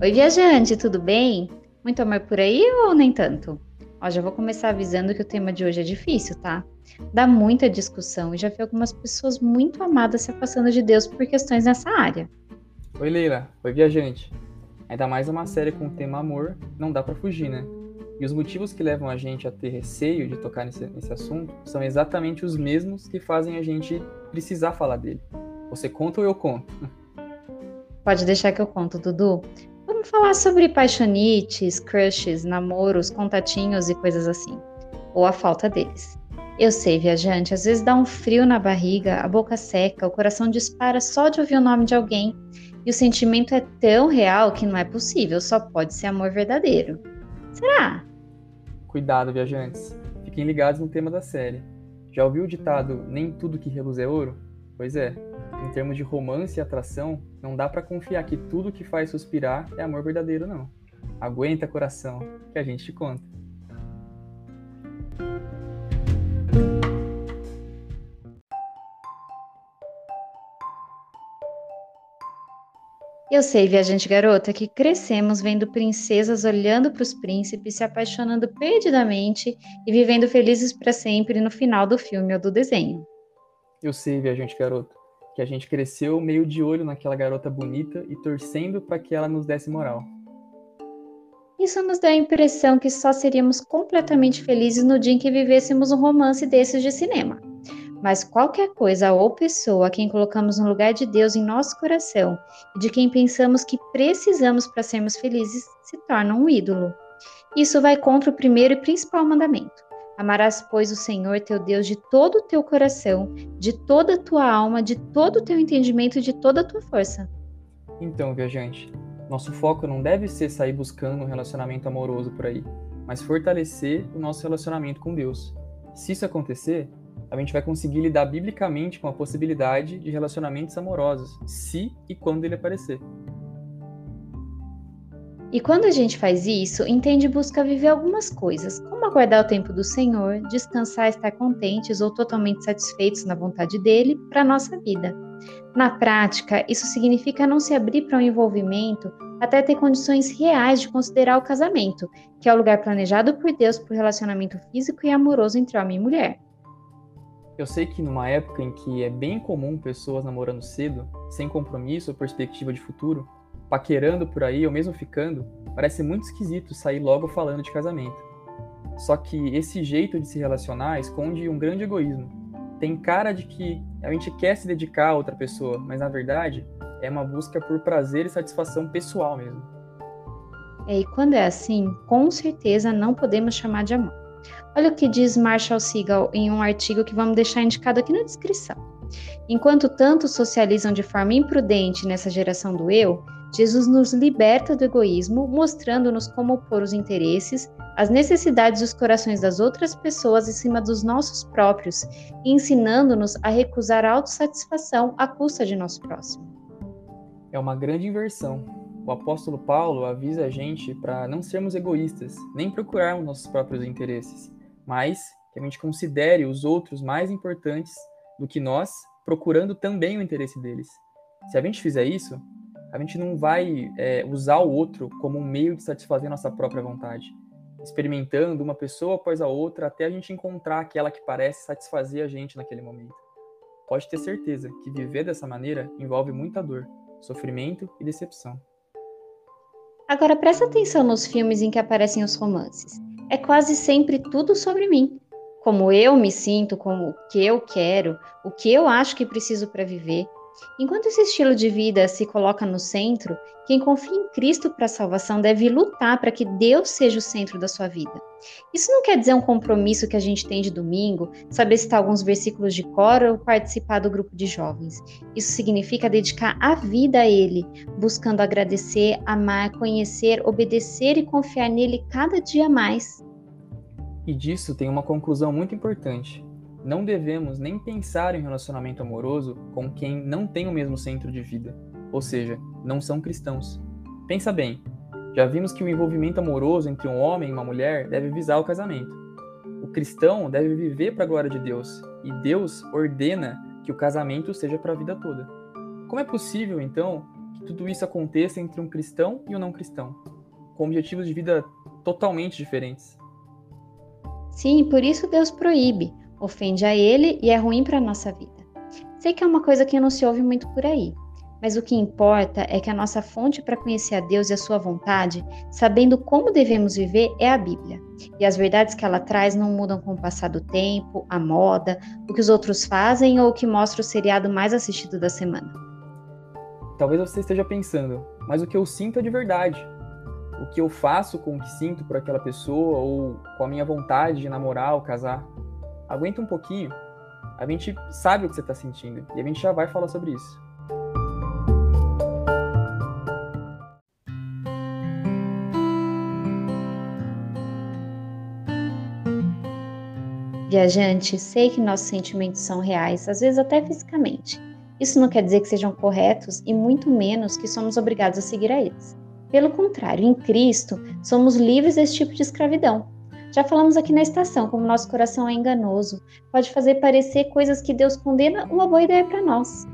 Oi, viajante, tudo bem? Muito amor por aí ou nem tanto? Ó, já vou começar avisando que o tema de hoje é difícil, tá? Dá muita discussão e já vi algumas pessoas muito amadas se afastando de Deus por questões nessa área. Oi, Leila. Oi, viajante. Ainda mais uma série com o tema amor, não dá pra fugir, né? E os motivos que levam a gente a ter receio de tocar nesse assunto são exatamente os mesmos que fazem a gente precisar falar dele. Você conta ou eu conto? Pode deixar que eu conto, Dudu. Vamos falar sobre paixonites, crushes, namoros, contatinhos e coisas assim. Ou a falta deles. Eu sei, viajante, às vezes dá um frio na barriga, a boca seca, o coração dispara só de ouvir o nome de alguém. E o sentimento é tão real que não é possível, só pode ser amor verdadeiro. Será? Cuidado, viajantes. Fiquem ligados no tema da série. Já ouviu o ditado "nem tudo que reluz é ouro"? Pois é. Em termos de romance e atração, não dá pra confiar que tudo que faz suspirar é amor verdadeiro, não. Aguenta, coração, que a gente te conta. Eu sei, viajante garota, que crescemos vendo princesas olhando para os príncipes, se apaixonando perdidamente e vivendo felizes para sempre no final do filme ou do desenho. Eu sei, viajante garoto, que a gente cresceu meio de olho naquela garota bonita e torcendo para que ela nos desse moral. Isso nos dá a impressão que só seríamos completamente felizes no dia em que vivêssemos um romance desses de cinema. Mas qualquer coisa ou pessoa a quem colocamos no lugar de Deus em nosso coração e de quem pensamos que precisamos para sermos felizes se torna um ídolo. Isso vai contra o primeiro e principal mandamento. Amarás, pois, o Senhor teu Deus de todo o teu coração, de toda a tua alma, de todo o teu entendimento e de toda a tua força. Então, viajante, nosso foco não deve ser sair buscando um relacionamento amoroso por aí, mas fortalecer o nosso relacionamento com Deus. Se isso acontecer, a gente vai conseguir lidar biblicamente com a possibilidade de relacionamentos amorosos, se e quando ele aparecer. E quando a gente faz isso, entende e busca viver algumas coisas, como aguardar o tempo do Senhor, descansar, estar contentes ou totalmente satisfeitos na vontade dele para a nossa vida. Na prática, isso significa não se abrir para um envolvimento até ter condições reais de considerar o casamento, que é o lugar planejado por Deus para o relacionamento físico e amoroso entre homem e mulher. Eu sei que numa época em que é bem comum pessoas namorando cedo, sem compromisso ou perspectiva de futuro, paquerando por aí ou mesmo ficando, parece muito esquisito sair logo falando de casamento. Só que esse jeito de se relacionar esconde um grande egoísmo. Tem cara de que a gente quer se dedicar a outra pessoa, mas na verdade é uma busca por prazer e satisfação pessoal mesmo. E quando é assim, com certeza não podemos chamar de amor. Olha o que diz Marshall Segal em um artigo que vamos deixar indicado aqui na descrição. Enquanto tantos socializam de forma imprudente nessa geração do eu, Jesus nos liberta do egoísmo, mostrando-nos como pôr os interesses, as necessidades e os corações das outras pessoas em cima dos nossos próprios e ensinando-nos a recusar a autossatisfação à custa de nosso próximo. É uma grande inversão. O apóstolo Paulo avisa a gente para não sermos egoístas, nem procurarmos nossos próprios interesses, mas que a gente considere os outros mais importantes do que nós, procurando também o interesse deles. Se a gente fizer isso, a gente não vai usar o outro como um meio de satisfazer nossa própria vontade, experimentando uma pessoa após a outra até a gente encontrar aquela que parece satisfazer a gente naquele momento. Pode ter certeza que viver dessa maneira envolve muita dor, sofrimento e decepção. Agora presta atenção nos filmes em que aparecem os romances. É quase sempre tudo sobre mim. Como eu me sinto, como o que eu quero, o que eu acho que preciso para viver. Enquanto esse estilo de vida se coloca no centro, quem confia em Cristo para a salvação deve lutar para que Deus seja o centro da sua vida. Isso não quer dizer um compromisso que a gente tem de domingo, saber citar alguns versículos de cor ou participar do grupo de jovens. Isso significa dedicar a vida a Ele, buscando agradecer, amar, conhecer, obedecer e confiar nele cada dia mais. E disso tem uma conclusão muito importante. Não devemos nem pensar em relacionamento amoroso com quem não tem o mesmo centro de vida, ou seja, não são cristãos. Pensa bem, já vimos que o envolvimento amoroso entre um homem e uma mulher deve visar o casamento. O cristão deve viver para a glória de Deus, e Deus ordena que o casamento seja para a vida toda. Como é possível, então, que que tudo isso aconteça entre um cristão e um não cristão, com objetivos de vida totalmente diferentes. Sim, por isso Deus proíbe, ofende a Ele e é ruim para a nossa vida. Sei que é uma coisa que não se ouve muito por aí, mas o que importa é que a nossa fonte para conhecer a Deus e a sua vontade, sabendo como devemos viver, é a Bíblia. E as verdades que ela traz não mudam com o passar do tempo, a moda, o que os outros fazem ou o que mostra o seriado mais assistido da semana. Talvez você esteja pensando, mas o que eu sinto é de verdade. O que eu faço com o que sinto por aquela pessoa ou com a minha vontade de namorar ou casar. Aguenta um pouquinho. A gente sabe o que você está sentindo e a gente já vai falar sobre isso. Viajante, sei que nossos sentimentos são reais, às vezes até fisicamente. Isso não quer dizer que sejam corretos e muito menos que somos obrigados a seguir a eles. Pelo contrário, em Cristo, somos livres desse tipo de escravidão. Já falamos aqui na estação como nosso coração é enganoso, pode fazer parecer coisas que Deus condena uma boa ideia para nós.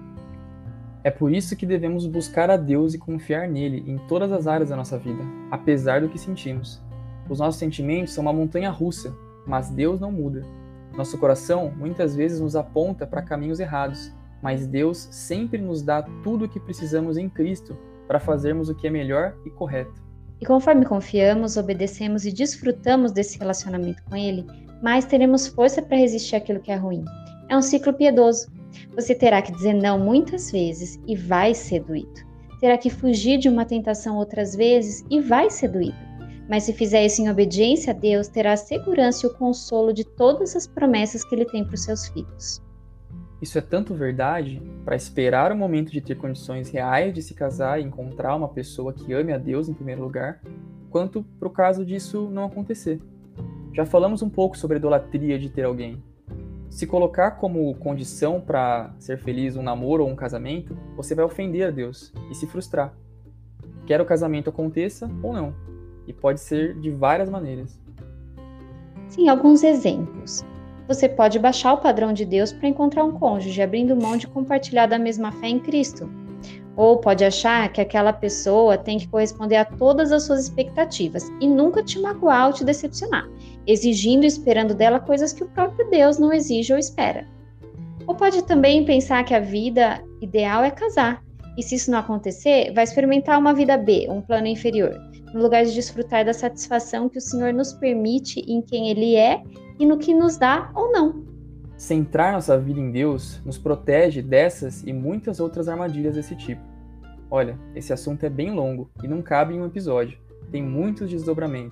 É por isso que devemos buscar a Deus e confiar nele em todas as áreas da nossa vida, apesar do que sentimos. Os nossos sentimentos são uma montanha russa, mas Deus não muda. Nosso coração muitas vezes nos aponta para caminhos errados, mas Deus sempre nos dá tudo o que precisamos em Cristo para fazermos o que é melhor e correto. E conforme confiamos, obedecemos e desfrutamos desse relacionamento com Ele, mais teremos força para resistir àquilo que é ruim. É um ciclo piedoso. Você terá que dizer não muitas vezes e vai ser doído. Terá que fugir de uma tentação outras vezes e vai ser doído. Mas se fizer isso em obediência a Deus, terá a segurança e o consolo de todas as promessas que Ele tem para os seus filhos. Isso é tanto verdade para esperar o momento de ter condições reais de se casar e encontrar uma pessoa que ame a Deus em primeiro lugar, quanto para o caso disso não acontecer. Já falamos um pouco sobre a idolatria de ter alguém. Se colocar como condição para ser feliz um namoro ou um casamento, você vai ofender a Deus e se frustrar. Quer o casamento aconteça ou não, e pode ser de várias maneiras. Sim, alguns exemplos. Você pode baixar o padrão de Deus para encontrar um cônjuge, abrindo mão de compartilhar da mesma fé em Cristo. Ou pode achar que aquela pessoa tem que corresponder a todas as suas expectativas e nunca te magoar ou te decepcionar, exigindo e esperando dela coisas que o próprio Deus não exige ou espera. Ou pode também pensar que a vida ideal é casar, e se isso não acontecer, vai experimentar uma vida B, um plano inferior, no lugar de desfrutar da satisfação que o Senhor nos permite em quem Ele é e no que nos dá ou não. Centrar nossa vida em Deus nos protege dessas e muitas outras armadilhas desse tipo. Olha, esse assunto é bem longo e não cabe em um episódio, tem muitos desdobramentos.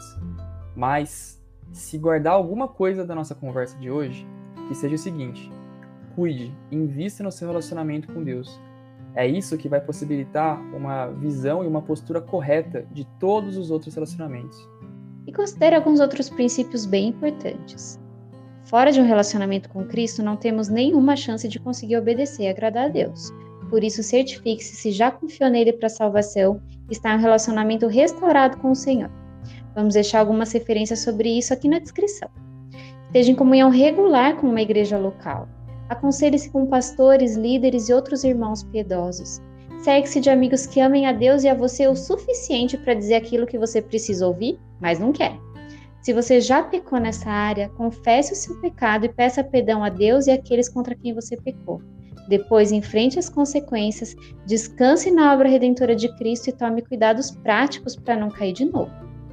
Mas, se guardar alguma coisa da nossa conversa de hoje, que seja o seguinte: cuide, invista no seu relacionamento com Deus. É isso que vai possibilitar uma visão e uma postura correta de todos os outros relacionamentos. E considere alguns outros princípios bem importantes. Fora de um relacionamento com Cristo, não temos nenhuma chance de conseguir obedecer e agradar a Deus. Por isso, certifique-se se já confiou nele para a salvação e está em um relacionamento restaurado com o Senhor. Vamos deixar algumas referências sobre isso aqui na descrição. Esteja em comunhão regular com uma igreja local. Aconselhe-se com pastores, líderes e outros irmãos piedosos. Cerque-se de amigos que amem a Deus e a você o suficiente para dizer aquilo que você precisa ouvir, mas não quer. Se você já pecou nessa área, confesse o seu pecado e peça perdão a Deus e àqueles contra quem você pecou. Depois, enfrente as consequências, descanse na obra redentora de Cristo e tome cuidados práticos para não cair de novo.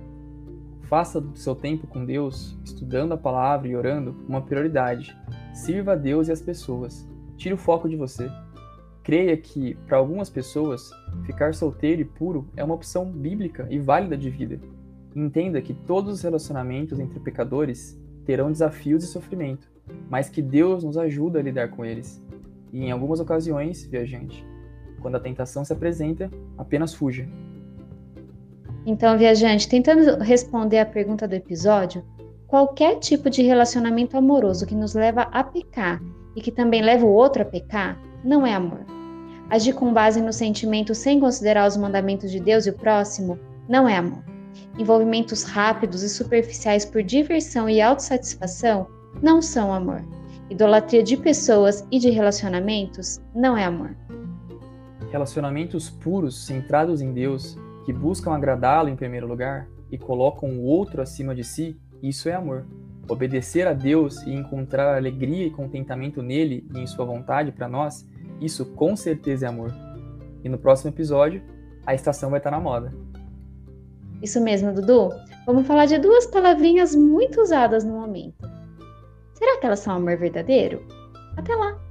Faça do seu tempo com Deus, estudando a palavra e orando, uma prioridade. Sirva a Deus e as pessoas. Tire o foco de você. Creia que, para algumas pessoas, ficar solteiro e puro é uma opção bíblica e válida de vida. Entenda que todos os relacionamentos entre pecadores terão desafios e sofrimento, mas que Deus nos ajuda a lidar com eles. E em algumas ocasiões, viajante, quando a tentação se apresenta, apenas fuja. Então, viajante, tentando responder a pergunta do episódio, qualquer tipo de relacionamento amoroso que nos leva a pecar e que também leva o outro a pecar, não é amor. Agir com base no sentimento sem considerar os mandamentos de Deus e o próximo, não é amor. Envolvimentos rápidos e superficiais por diversão e autossatisfação não são amor. Idolatria de pessoas e de relacionamentos não é amor. Relacionamentos puros, centrados em Deus, que buscam agradá-lo em primeiro lugar e colocam o outro acima de si, isso é amor. Obedecer a Deus e encontrar alegria e contentamento nele e em sua vontade para nós, isso com certeza é amor. E no próximo episódio, a estação vai estar na moda. Isso mesmo, Dudu. Vamos falar de duas palavrinhas muito usadas no momento. Será que elas são amor verdadeiro? Até lá!